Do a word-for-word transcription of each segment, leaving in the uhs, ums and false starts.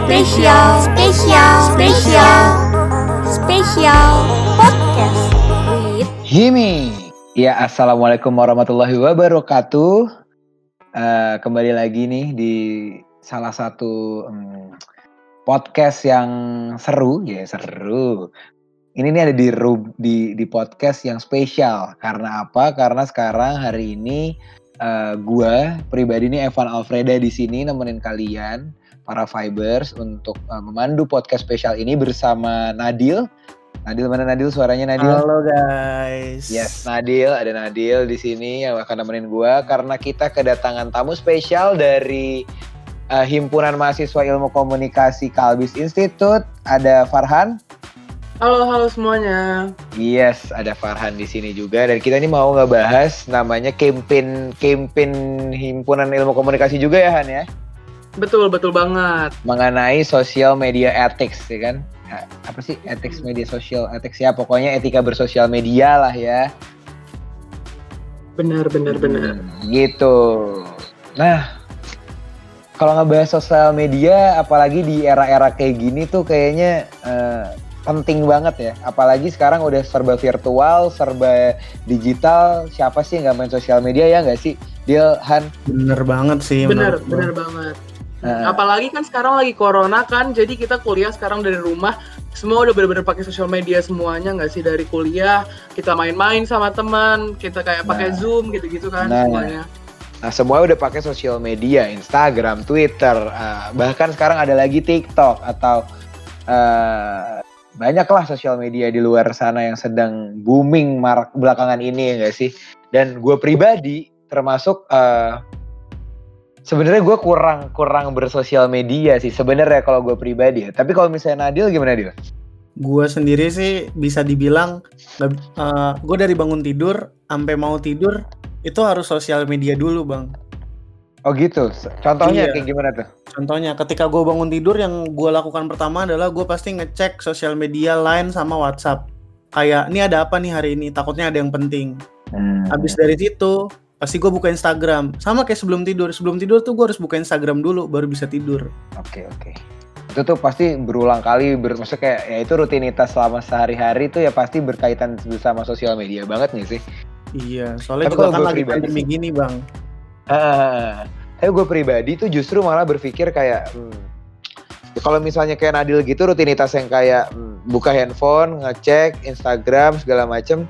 spesial, spesial, spesial, spesial podcast with Himi. Ya, assalamualaikum warahmatullahi wabarakatuh. Uh, kembali lagi nih di salah satu um, podcast yang seru, ya seru. Ini nih ada di di di podcast yang spesial. Karena apa? Karena sekarang hari ini uh, gue pribadi nih Evan Alfreda di sini nemenin kalian para Vibers untuk uh, memandu podcast spesial ini bersama Nadil. Nadil mana Nadil? Suaranya Nadil. Halo guys. Yes, Nadil, ada Nadil di sini yang akan nemenin gue karena kita kedatangan tamu spesial dari uh, Himpunan Mahasiswa Ilmu Komunikasi Kalbis Institute. Ada Farhan. Halo, halo semuanya. Yes, ada Farhan di sini juga dan kita ini mau ngebahas namanya campaign campaign Himpunan Ilmu Komunikasi juga ya Han ya. Betul, betul banget. Mengenai social media ethics ya kan. Apa sih ethics media sosial ethics ya pokoknya etika bersosial media lah ya. Benar, benar, hmm, benar. Gitu. Nah, kalau ngebahas sosial media apalagi di era-era kayak gini tuh kayaknya uh, penting banget ya. Apalagi sekarang udah serba virtual, serba digital. Siapa sih yang nggak main sosial media ya nggak sih? Dia Han. Bener banget sih. Bener, bener banget. Uh, Apalagi kan sekarang lagi corona kan, jadi kita kuliah sekarang dari rumah, semua udah bener-bener pakai sosial media semuanya nggak sih dari kuliah, kita main-main sama teman, kita kayak nah, pakai Zoom gitu-gitu kan nah, semuanya. Nah semua udah pakai sosial media, Instagram, Twitter, uh, bahkan sekarang ada lagi TikTok atau uh, banyaklah sosial media di luar sana yang sedang booming marak belakangan ini ya nggak sih? Dan gue pribadi termasuk uh, sebenarnya gue kurang kurang bersosial media sih sebenarnya kalau gue pribadi ya. Tapi kalau misalnya Nadil gimana Nadil? Gue sendiri sih bisa dibilang uh, gue dari bangun tidur sampai mau tidur itu harus sosial media dulu bang. Oh gitu. Contohnya iya. Kayak gimana tuh? Contohnya ketika gue bangun tidur yang gue lakukan pertama adalah gue pasti ngecek sosial media Line sama WhatsApp. Kayak ini ada apa nih hari ini? Takutnya ada yang penting. Hmm. Habis dari situ pasti gue buka Instagram. Sama kayak sebelum tidur. Sebelum tidur tuh gue harus buka Instagram dulu baru bisa tidur. Oke oke. Itu tuh pasti berulang kali. Ber- maksudnya kayak ya itu rutinitas selama sehari-hari tuh ya pasti berkaitan sama sosial media banget nih sih. Iya. Soalnya tapi juga kan lagi pandemi gini bang. Ah, tapi gue pribadi tuh justru malah berpikir kayak hmm, kalau misalnya kayak Nadil gitu rutinitas yang kayak hmm, buka handphone, ngecek Instagram segala macem.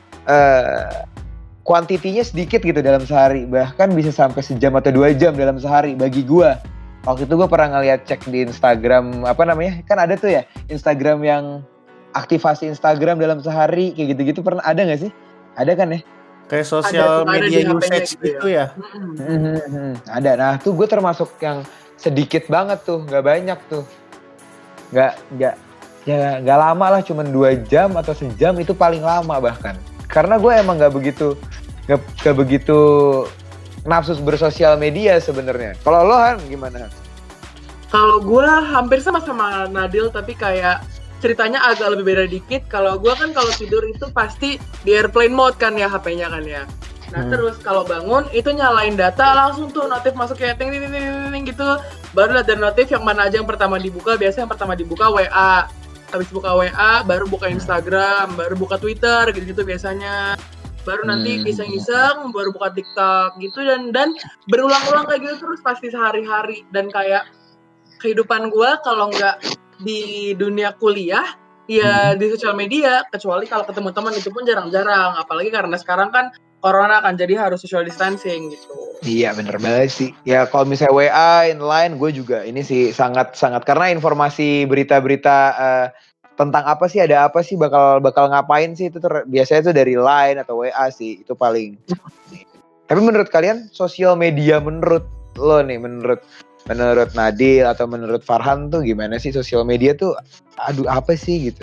Uh, kuantitinya sedikit gitu dalam sehari, bahkan bisa sampai sejam atau dua jam dalam sehari bagi gue. Waktu itu gue pernah ngeliat cek di Instagram, apa namanya, kan ada tuh ya Instagram yang aktivasi Instagram dalam sehari, kayak gitu-gitu pernah ada gak sih? Ada kan ya? Kayak sosial media usage gitu ya? Mm-hmm. Ada, nah tuh gue termasuk yang sedikit banget tuh, gak banyak tuh. Gak, gak, ya gak lama lah, cuma dua jam atau sejam itu paling lama bahkan. Karena gue emang gak begitu gak, gak begitu nafsu bersosial media sebenarnya. Kalau lo Han gimana? Kalau gue hampir sama sama Nadil tapi kayak ceritanya agak lebih beda dikit. Kalau gue kan kalau tidur itu pasti di airplane mode kan ya H P-nya kan ya. Nah hmm. terus kalau bangun itu nyalain data langsung tuh notif masuk kayak ting ting ting ting gitu. Baru lihat dari notif yang mana aja yang pertama dibuka. Biasanya yang pertama dibuka W A. Habis buka W A, baru buka Instagram, baru buka Twitter, gitu-gitu biasanya. Baru nanti hmm. iseng-iseng, baru buka TikTok, gitu. Dan dan berulang-ulang kayak gitu terus pasti sehari-hari. Dan kayak kehidupan gue kalau nggak di dunia kuliah, ya hmm. di sosial media. Kecuali kalau ketemu teman itu pun jarang-jarang. Apalagi karena sekarang kan corona kan, jadi harus social distancing gitu. Iya bener banget sih. Ya kalau misalnya W A, inline, gue juga ini sih sangat-sangat. Karena informasi berita-berita uh, tentang apa sih, ada apa sih, bakal bakal ngapain sih, itu ter- biasanya tuh dari Line atau W A sih, itu paling. Tapi menurut kalian, sosial media menurut lo nih, menurut menurut Nadil atau menurut Farhan tuh gimana sih sosial media tuh, aduh apa sih gitu?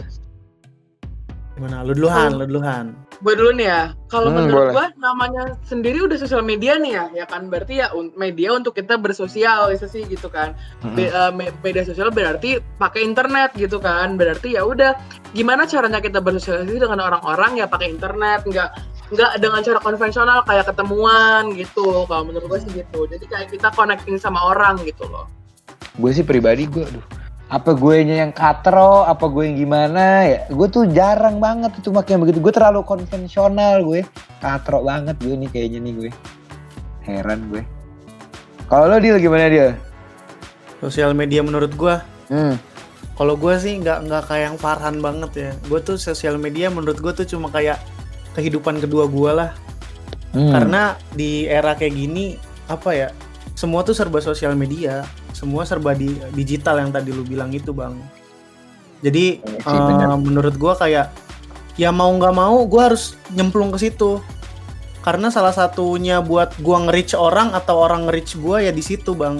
Gimana? Lu duluan, lu duluan. Gue dulu nih ya, kalau hmm, menurut gue namanya sendiri udah sosial media nih ya, ya kan berarti ya media untuk kita bersosialisasi gitu kan. Be- uh, media sosial berarti pakai internet gitu kan, berarti ya udah gimana caranya kita bersosialisasi dengan orang-orang ya pakai internet, nggak nggak dengan cara konvensional kayak ketemuan gitu. Kalau menurut gue sih gitu, jadi kayak kita connecting sama orang gitu loh. Gue sih pribadi gue, aduh apa gue nya yang katro, apa gue yang gimana ya. Gue tuh jarang banget itu makanya begitu. Gue terlalu konvensional gue. Katro banget gue nih kayaknya nih gue. Heran gue. Kalau lo Dil gimana dia? Sosial media menurut gue, Hmm. kalau gue sih nggak nggak kayak yang Farhan banget ya. Gue tuh sosial media menurut gue tuh cuma kayak kehidupan kedua gue lah. Hmm. Karena di era kayak gini apa ya? Semua tuh serba sosial media, semua serba di digital yang tadi lu bilang itu bang. Jadi Iya sih, benar. uh, menurut gue kayak ya mau nggak mau gue harus nyemplung ke situ. Karena salah satunya buat gue nge-reach orang atau orang nge-reach gue ya di situ bang.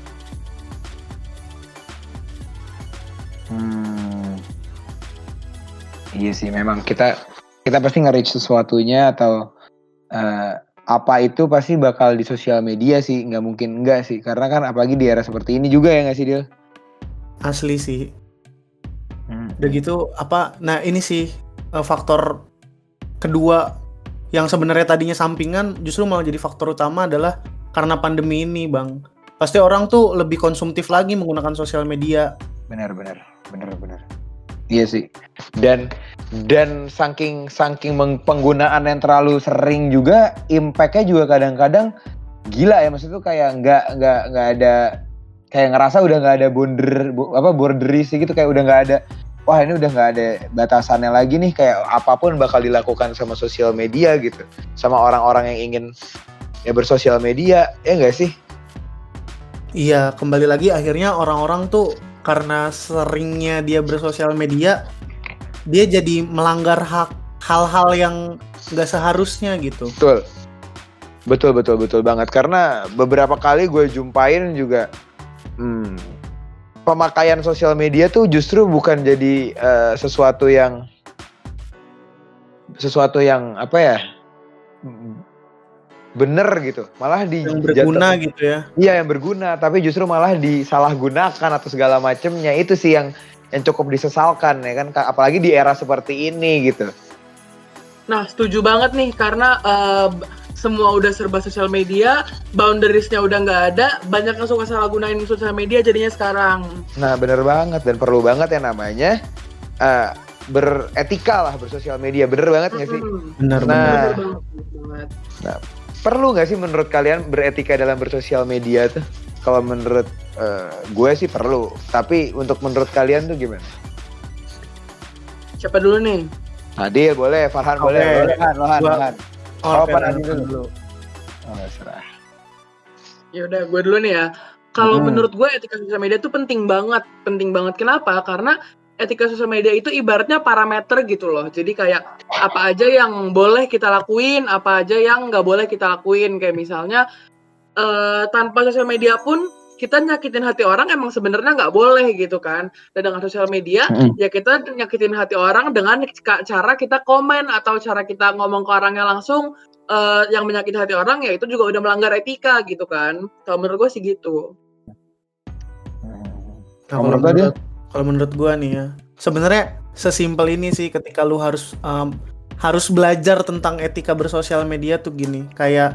Hmm. Iya sih, memang kita kita pasti nge-reach sesuatunya atau uh, apa itu pasti bakal di sosial media sih, nggak mungkin enggak sih, karena kan apalagi di era seperti ini juga ya nggak sih Dil? Asli sih. Hmm. Udah gitu apa? Nah ini sih uh, faktor kedua yang sebenarnya tadinya sampingan justru malah jadi faktor utama adalah karena pandemi ini bang. Pasti orang tuh lebih konsumtif lagi menggunakan sosial media. Benar benar benar benar. Iya sih. Dan dan saking saking penggunaan yang terlalu sering juga impact-nya juga kadang-kadang gila ya, maksudnya tuh kayak nggak nggak nggak ada, kayak ngerasa udah nggak ada border apa borderis gitu, kayak udah nggak ada, wah ini udah nggak ada batasannya lagi nih, kayak apapun bakal dilakukan sama sosial media gitu, sama orang-orang yang ingin ya bersosial media, ya nggak sih? Iya, kembali lagi akhirnya orang-orang tuh karena seringnya dia bersosial media, dia jadi melanggar hak hal-hal yang nggak seharusnya gitu. Betul, betul betul betul banget, karena beberapa kali gue jumpain juga hmm, pemakaian sosial media tuh justru bukan jadi uh, sesuatu yang sesuatu yang apa ya bener gitu, malah di yang berguna jatuh, gitu ya. Iya yang berguna, tapi justru malah disalahgunakan atau segala macemnya. Itu sih yang yang cukup disesalkan ya kan, apalagi di era seperti ini gitu. Nah setuju banget nih, karena uh, semua udah serba sosial media, boundariesnya udah nggak ada, banyak yang suka salah gunain sosial media jadinya sekarang. Nah bener banget, dan perlu banget yang namanya uh, beretika lah bersosial media, bener banget nggak sih? Benar Nah, Bener banget, bener banget. Nah, perlu nggak sih menurut kalian beretika dalam bersosial media tuh? Kalau menurut uh, gue sih perlu, tapi untuk menurut kalian tuh gimana? Siapa dulu nih? Adil boleh, Farhan Oke. boleh, boleh kan, Lohan, Gua- Lohan. Oh, Oh, oke, Pan, lanjut Adil dulu. Oh, serah. Ya udah, gue dulu nih ya. Kalau Hmm. menurut gue etika sosial media itu penting banget, penting banget. Kenapa? Karena etika sosial media itu ibaratnya parameter gitu loh. Jadi kayak apa aja yang boleh kita lakuin, apa aja yang nggak boleh kita lakuin. Kayak misalnya eh, tanpa sosial media pun kita nyakitin hati orang emang sebenarnya nggak boleh gitu kan. Dan dengan sosial media Mm-mm. ya kita nyakitin hati orang dengan ca- cara kita komen atau cara kita ngomong ke orangnya langsung. Uh, yang menyakiti hati orang ya itu juga udah melanggar etika gitu kan. Kalau menurut gue sih gitu. Hmm. Nah, Kalau kalau menurut lo, Dil? menurut kalau menurut gua nih ya, sebenarnya sesimpel ini sih ketika lu harus um, harus belajar tentang etika bersosial media tuh gini, kayak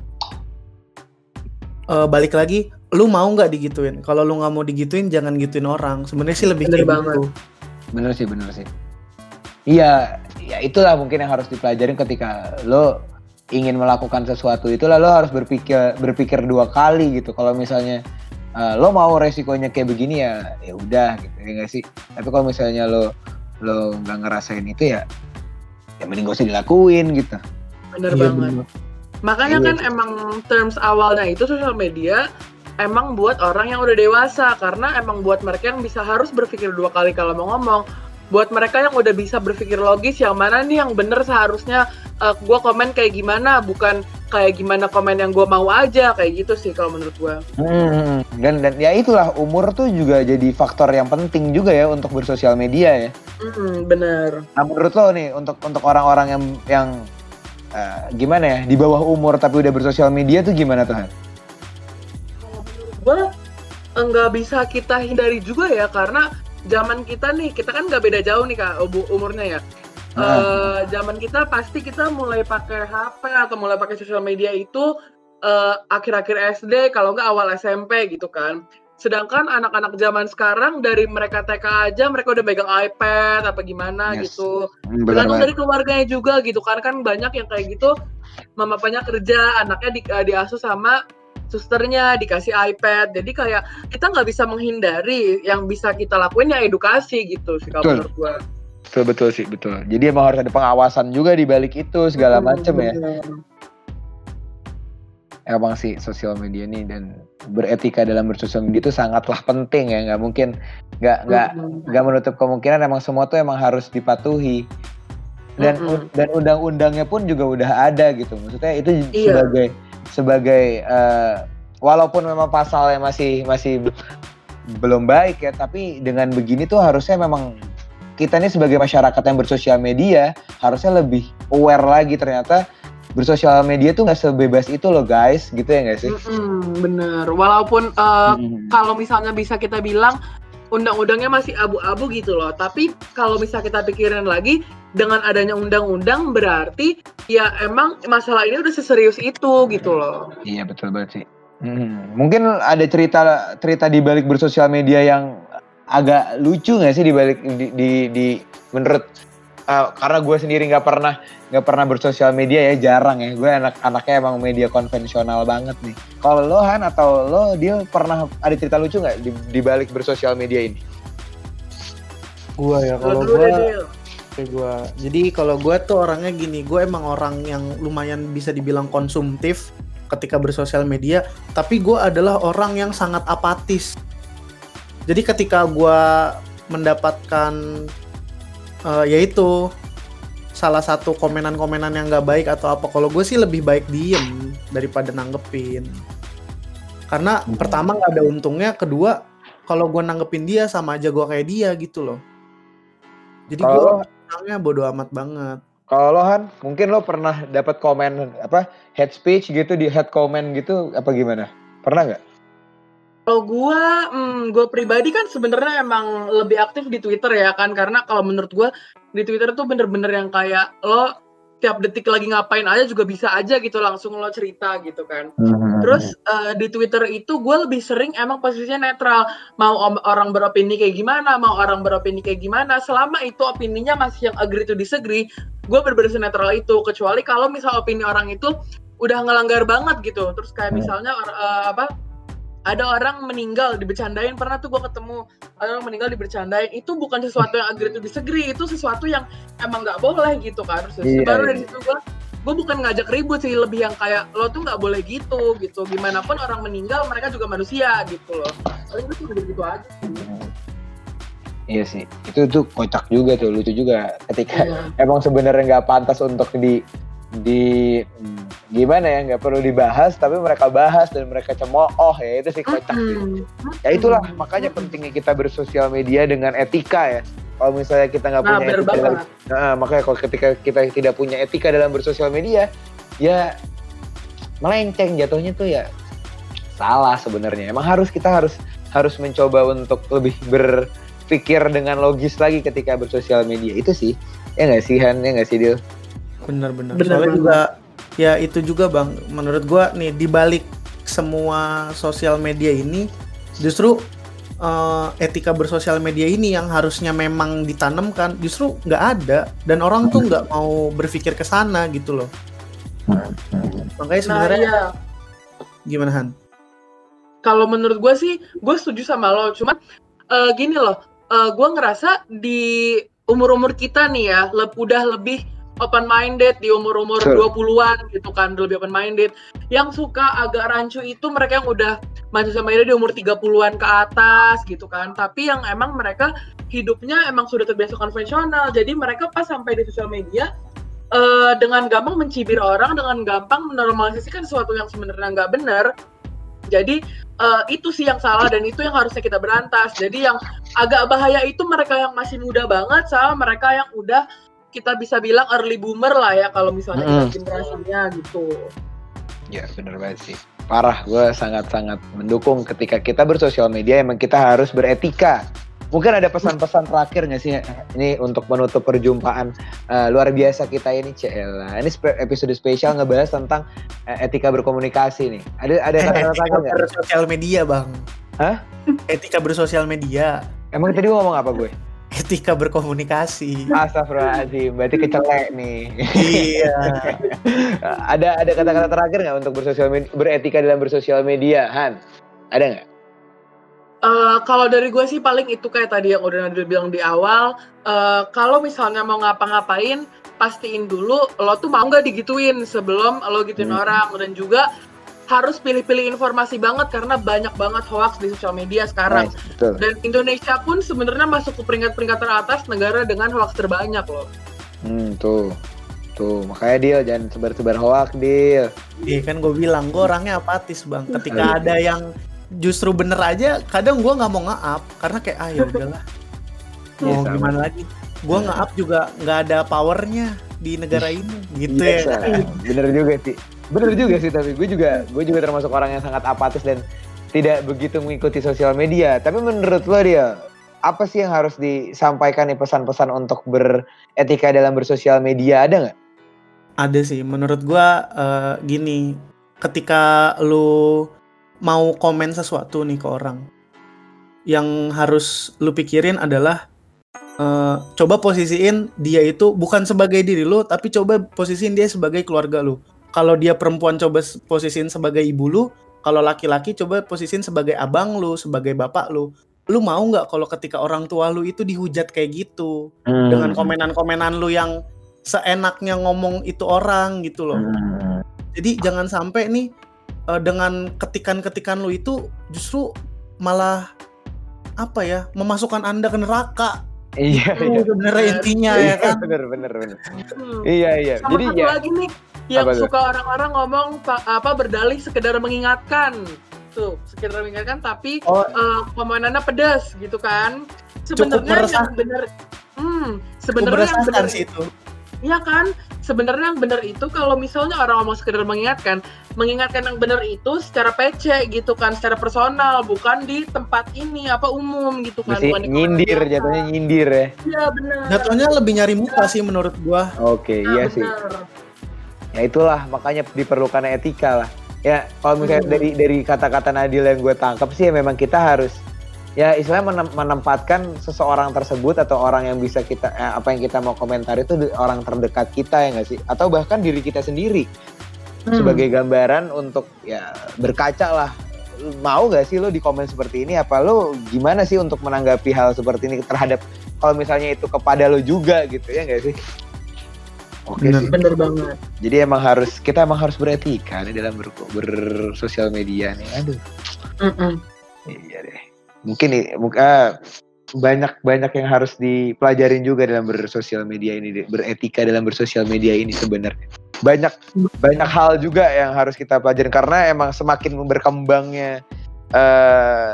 uh, balik lagi, lu mau nggak digituin? Kalau lu nggak mau digituin, jangan gituin orang. Sebenarnya sih lebih Bener kayak banget. gitu. Bener sih, bener sih. Iya, ya itulah mungkin yang harus dipelajarin ketika lo ingin melakukan sesuatu, itulah lo harus berpikir berpikir dua kali gitu. Kalau misalnya uh, lo mau resikonya kayak begini ya, ya udah gitu ya nggak sih. Tapi kalau misalnya lo lo nggak ngerasain itu ya, ya mending gak usah dilakuin gitu. Bener Iya, banget. bener. Makanya Iya. kan emang terms awalnya itu sosial media emang buat orang yang udah dewasa, karena emang buat mereka yang bisa harus berpikir dua kali kalau mau ngomong. Buat mereka yang udah bisa berpikir logis, yang mana nih yang bener seharusnya uh, gue komen kayak gimana, bukan kayak gimana komen yang gue mau aja, kayak gitu sih kalau menurut gue. Hmm, dan dan ya itulah, umur tuh juga jadi faktor yang penting juga ya untuk bersosial media ya. Hmm, bener. Nah menurut lo nih, untuk untuk orang-orang yang yang uh, gimana ya, di bawah umur tapi udah bersosial media tuh gimana tuh Han? Gue nggak bisa kita hindari juga ya, karena zaman kita nih, kita kan nggak beda jauh nih kak umurnya ya. Nah. Uh, zaman kita pasti kita mulai pakai H P atau mulai pakai sosial media itu uh, akhir-akhir S D, kalau nggak awal S M P gitu kan. Sedangkan anak-anak zaman sekarang dari mereka T K aja mereka udah megang iPad apa gimana yes. gitu. Tergantung dari keluarganya juga gitu kan. Kan banyak yang kayak gitu, mama papanya kerja, anaknya di, uh, diasuh sama susternya, dikasih iPad. Jadi kayak kita nggak bisa menghindari, yang bisa kita lakuin ya edukasi gitu sih kalau menurut gue. Betul, betul sih, betul. Jadi emang harus ada pengawasan juga di balik itu segala hmm, macem ya. Emang sih sosial media ini dan beretika dalam bersosial media itu sangatlah penting ya. Nggak mungkin, nggak nggak hmm. nggak menutup kemungkinan emang semua tuh emang harus dipatuhi. Dan hmm. dan undang-undangnya pun juga udah ada gitu. Maksudnya itu iya. sebagai sebagai uh, walaupun memang pasalnya masih masih belum baik ya, tapi dengan begini tuh harusnya memang kita nih sebagai masyarakat yang bersosial media harusnya lebih aware lagi, ternyata bersosial media tuh nggak sebebas itu loh guys, gitu ya nggak sih? Mm-mm, bener, walaupun uh, mm. kalau misalnya bisa kita bilang undang-undangnya masih abu-abu gitu loh, tapi kalau bisa kita pikirin lagi, dengan adanya undang-undang berarti ya emang masalah ini udah seserius itu gitu loh. Iya betul banget sih. Hmm. Mungkin ada cerita cerita di balik bersosial media yang agak lucu nggak sih di balik di di, di menurut uh, karena gue sendiri nggak pernah nggak pernah bersosial media ya, jarang ya, gue anak-anaknya emang media konvensional banget nih. Kalau lo Han atau lo dia pernah ada cerita lucu nggak di, di balik bersosial media ini? Gue ya kalau gue gue jadi kalau gue tuh orangnya gini, gue emang orang yang lumayan bisa dibilang konsumtif ketika bersosial media, tapi gue adalah orang yang sangat apatis. Jadi ketika gue mendapatkan uh, yaitu salah satu komenan-komenan yang gak baik atau apa, kalau gue sih lebih baik diem daripada nanggepin. Karena hmm. pertama gak ada untungnya, kedua kalau gue nanggepin dia sama aja gue kayak dia gitu loh. Jadi gue orangnya bodo amat banget. Kalau lo Han, mungkin lo pernah dapat komen apa hate speech gitu di hate comment gitu apa gimana? Pernah nggak? Kalau gue, hmm, gue pribadi kan sebenarnya emang lebih aktif di Twitter ya kan, karena kalau menurut gue di Twitter tuh bener-bener yang kayak lo tiap detik lagi ngapain aja juga bisa aja gitu langsung lo cerita gitu kan. Hmm. Terus uh, di Twitter itu gue lebih sering emang posisinya netral, mau om- orang beropini kayak gimana, mau orang beropini kayak gimana, selama itu opininya masih yang agree to disagree, gue bener-bener netral itu. Kecuali kalau misal opini orang itu udah ngelanggar banget gitu, terus kayak misalnya uh, apa ada orang meninggal dibercandain, pernah tuh gue ketemu ada orang meninggal dibercandain, itu bukan sesuatu yang agree to disagree, itu sesuatu yang emang nggak boleh gitu kan. Terus yeah, baru dari situ gue gue bukan ngajak ribut sih, lebih yang kayak lo tuh nggak boleh gitu gitu, gimana pun orang meninggal mereka juga manusia gitu loh. Paling gue tuh gitu aja sih. Iya sih, itu tuh kocak juga tuh, lucu juga ketika yeah. emang sebenarnya nggak pantas untuk di di hmm, gimana ya, nggak perlu dibahas tapi mereka bahas dan mereka cemooh ya, itu sih kocak sih. Ya itulah makanya pentingnya kita bersosial media dengan etika ya. Kalau misalnya kita nggak punya nah, etika dalam, nah, makanya kalau ketika kita tidak punya etika dalam bersosial media ya melenceng jatuhnya tuh ya salah sebenarnya. Emang harus kita harus harus mencoba untuk lebih berpikir dengan logis lagi ketika bersosial media itu sih, ya nggak sih Han, ya nggak sih Dil? Bener-bener. Soalnya juga ya itu juga Bang, menurut gua nih di balik semua sosial media ini justru uh, etika bersosial media ini yang harusnya memang ditanamkan justru nggak ada, dan orang tuh nggak mau berpikir ke sana gitu loh. Makanya sebenarnya nah, iya. Gimana Han? Kalau menurut gua sih gua setuju sama lo, cuman uh, gini loh, uh, gua ngerasa di umur-umur kita nih ya le- udah lebih open minded di umur-umur dua puluhan gitu kan, lebih open minded. Yang suka agak rancu itu mereka yang udah maju sama dia di umur tiga puluhan ke atas gitu kan. Tapi yang emang mereka hidupnya emang sudah terbiasa konvensional. Jadi mereka pas sampai di sosial media uh, dengan gampang mencibir orang, dengan gampang menormalisasikan sesuatu yang sebenarnya nggak benar. Jadi uh, itu sih yang salah dan itu yang harusnya kita berantas. Jadi yang agak bahaya itu mereka yang masih muda banget sama mereka yang udah kita bisa bilang early boomer lah ya kalau misalnya mm. kita generasinya gitu. Ya benar banget sih. Parah, gue sangat-sangat mendukung ketika kita bersosial media emang kita harus beretika. Mungkin ada pesan-pesan terakhir nggak sih ini untuk menutup perjumpaan uh, luar biasa kita ini, Cela. Ini spe- episode spesial ngebahas tentang uh, etika berkomunikasi nih. Ada ada kata-kata nggak? Sosial media Bang. Hah? Etika bersosial media. Emang tadi gua ngomong apa gue? Etika berkomunikasi. Astagfirullahaladzim, berarti kecelek nih. Iya. ada ada kata-kata terakhir nggak untuk bersosial media, beretika dalam bersosial media, Han? Ada nggak? Uh, kalau dari gue sih paling itu kayak tadi yang udah Nadil bilang di awal, uh, kalau misalnya mau ngapa-ngapain, pastiin dulu lo tuh mau nggak digituin sebelum lo gituin hmm. orang, dan juga harus pilih-pilih informasi banget karena banyak banget hoax di sosial media sekarang. Nice, dan Indonesia pun sebenarnya masuk ke peringkat-peringkat teratas negara dengan hoax terbanyak loh. Hmm, tuh. Tuh, makanya Dil, jangan sebar-sebar hoax, Dil. Iya kan gue bilang, gue orangnya apatis bang. Ketika ada yang justru bener aja, kadang gue nggak mau nge-up karena kayak ah ya udahlah. Mau gimana lagi? Gue nge-up juga nggak ada powernya di negara ini, gitu yes, ya. Bener juga sih. Bener juga sih, tapi gue juga gue juga termasuk orang yang sangat apatis dan tidak begitu mengikuti sosial media. Tapi menurut lo dia, apa sih yang harus disampaikan nih pesan-pesan untuk beretika dalam bersosial media, ada nggak? Ada sih, menurut gue uh, gini, ketika lo mau komen sesuatu nih ke orang, yang harus lo pikirin adalah uh, coba posisiin dia itu bukan sebagai diri lo, tapi coba posisiin dia sebagai keluarga lo. Kalau dia perempuan coba posisiin sebagai ibu lu, kalau laki-laki coba posisiin sebagai abang lu, sebagai bapak lu. Lu mau nggak kalau ketika orang tua lu itu dihujat kayak gitu, hmm. dengan komenan-komenan lu yang seenaknya ngomong itu orang gitu loh. Hmm. Jadi jangan sampai nih dengan ketikan-ketikan lu itu justru malah apa ya, memasukkan Anda ke neraka. Iya, itu iya. Sebenarnya intinya ya kan. Bener, bener, bener. Hmm. Iya, iya. Sama jadi satu ya. lagi nih, yang apa suka tuh? Orang-orang ngomong apa berdalih sekedar mengingatkan. Tuh, sekedar mengingatkan tapi oh. uh, komenannya pedas gitu kan. Sebenarnya yang benar hmm, sebenarnya yang benar sih itu. Iya kan? Sebenarnya yang benar itu kalau misalnya orang ngomong sekedar mengingatkan, mengingatkan yang benar itu secara P C gitu kan, secara personal, bukan di tempat ini apa umum gitu kan. Masih nyindir, jatuhnya nyindir ya. Iya benar. Jatuhnya lebih nyari muka sih menurut gua. Oke, okay, nah, iya bener. sih. Ya itulah makanya diperlukan etika lah. Ya kalau misalnya hmm. dari dari kata-kata Nadil yang gue tangkap sih ya memang kita harus ya istilahnya menempatkan seseorang tersebut atau orang yang bisa kita eh, apa yang kita mau komentar itu orang terdekat kita ya nggak sih, atau bahkan diri kita sendiri hmm. sebagai gambaran untuk ya berkaca lah, mau nggak sih lo di komen seperti ini, apa lo gimana sih untuk menanggapi hal seperti ini terhadap kalau misalnya itu kepada lo juga gitu ya nggak sih? Oke bener, sih. Bener banget. Jadi emang harus kita emang harus beretika nih dalam ber, bersosial media nih. Aduh. Mm-mm. Iya deh. Mungkin nih, uh, banyak banyak yang harus dipelajarin juga dalam bersosial media ini, beretika dalam bersosial media ini sebenarnya. Banyak banyak hal juga yang harus kita pelajarin karena emang semakin berkembangnya uh,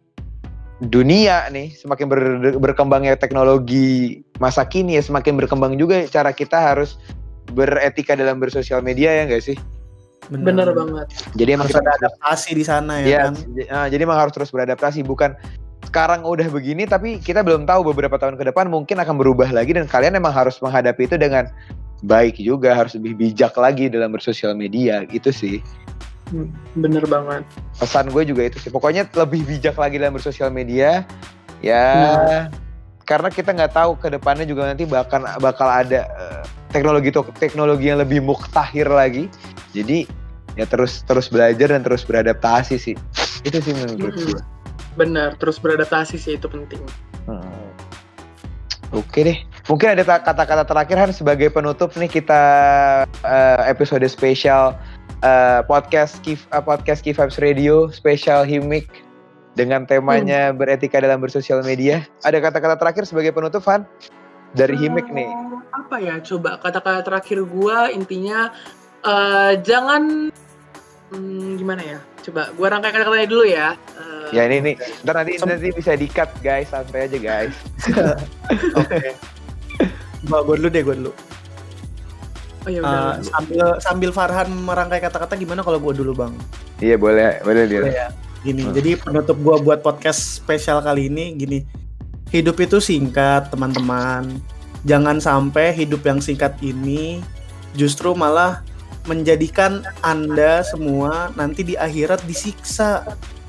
dunia nih, semakin ber, berkembangnya teknologi masa kini ya, semakin berkembang juga cara kita harus beretika dalam bersosial media ya nggak sih? Bener, Bener banget. Jadi emang harus kita adaptasi di sana ya, ya kan? Uh, jadi emang harus terus beradaptasi, bukan sekarang udah begini tapi kita belum tahu beberapa tahun ke depan mungkin akan berubah lagi dan kalian emang harus menghadapi itu dengan baik juga, harus lebih bijak lagi dalam bersosial media gitu sih. Bener banget. Pesan gue juga itu sih. Pokoknya lebih bijak lagi dalam bersosial media. Ya, nah. Karena kita nggak tahu ke depannya juga nanti bakal bakal ada uh, teknologi teknologi yang lebih muktahir lagi. Jadi ya terus terus belajar dan terus beradaptasi sih. Itu sih menurut hmm. gue. Bener, terus beradaptasi sih itu penting. Hmm. Oke deh. Mungkin ada kata-kata terakhir Han sebagai penutup nih kita uh, episode spesial Uh, podcast Kif, uh, podcast Key Vibes Radio spesial Himik dengan temanya hmm. beretika dalam bersosial media. Ada kata-kata terakhir sebagai penutup Han dari uh, Himik nih? Apa ya? Coba kata-kata terakhir gua intinya uh, jangan hmm, gimana ya? Coba gua rangkai kata-katanya dulu ya. Uh, ya ini nih. Ntar nanti sem- nanti bisa di-cut guys, santai aja guys. Oke. Mbak gue dulu deh, gue dulu. Oh, ya udah, uh, sambil sambil Farhan merangkai kata-kata gimana kalau gue dulu bang? Iya boleh, boleh dia. Ya. Gini, hmm. jadi penutup gue buat podcast spesial kali ini gini, hidup itu singkat teman-teman, jangan sampai hidup yang singkat ini justru malah menjadikan Anda semua nanti di akhirat disiksa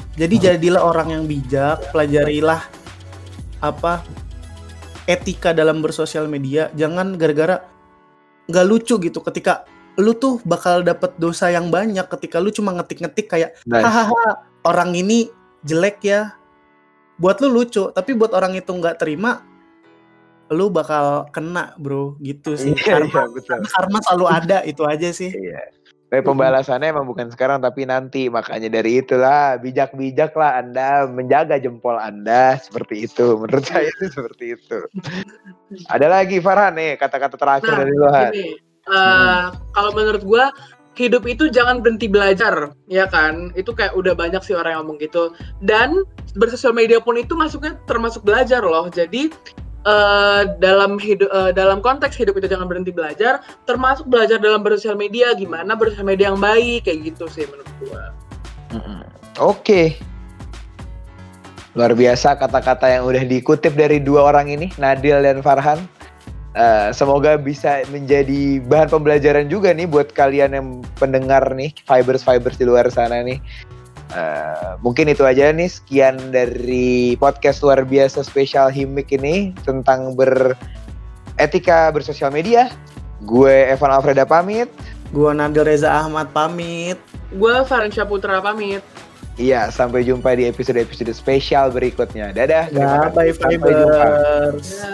Jadi jadilah orang yang bijak, pelajarilah apa etika dalam bersosial media. Jangan gara-gara nggak lucu gitu ketika lu tuh bakal dapet dosa yang banyak ketika lu cuma ngetik-ngetik kayak Nice. hahaha orang ini jelek ya. Buat lu lucu, tapi buat orang itu nggak terima, lu bakal kena bro gitu sih. Iya, karma, iya, betul. karma selalu ada, itu aja sih. Iya. Tapi pembalasannya emang bukan sekarang tapi nanti. Makanya dari itulah bijak-bijaklah Anda menjaga jempol Anda seperti itu. Menurut saya itu seperti itu. Ada lagi Farhan nih kata-kata terakhir Nah, dari lu Han. gini, uh, kalau menurut gue hidup itu jangan berhenti belajar, ya kan? Itu kayak udah banyak sih orang yang ngomong gitu. Dan bersosial media pun itu masuknya termasuk belajar loh. Jadi uh, dalam hidup, uh, dalam konteks hidup itu jangan berhenti belajar, termasuk belajar dalam bersosial media, gimana bersosial media yang baik, kayak gitu sih menurut gue. Mm-mm. Oke. Luar biasa kata-kata yang udah dikutip dari dua orang ini, Nadil dan Farhan. Uh, semoga bisa menjadi bahan pembelajaran juga nih buat kalian yang pendengar nih, fibers-fibers di luar sana nih. Uh, mungkin itu aja nih, sekian dari podcast luar biasa spesial Himik ini tentang beretika bersosial media. Gue Evan Alfreda pamit. Gua Nadil Reza Ahmad pamit. Gue Farhan Syahputra pamit. Iya, sampai jumpa di episode-episode spesial berikutnya. Dadah. terima Ya, bye kasih. Sampai jumpa. fibers. Ya.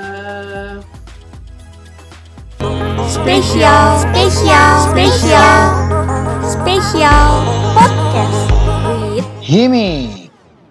Spesial, spesial, spesial, spesial podcast with Himi.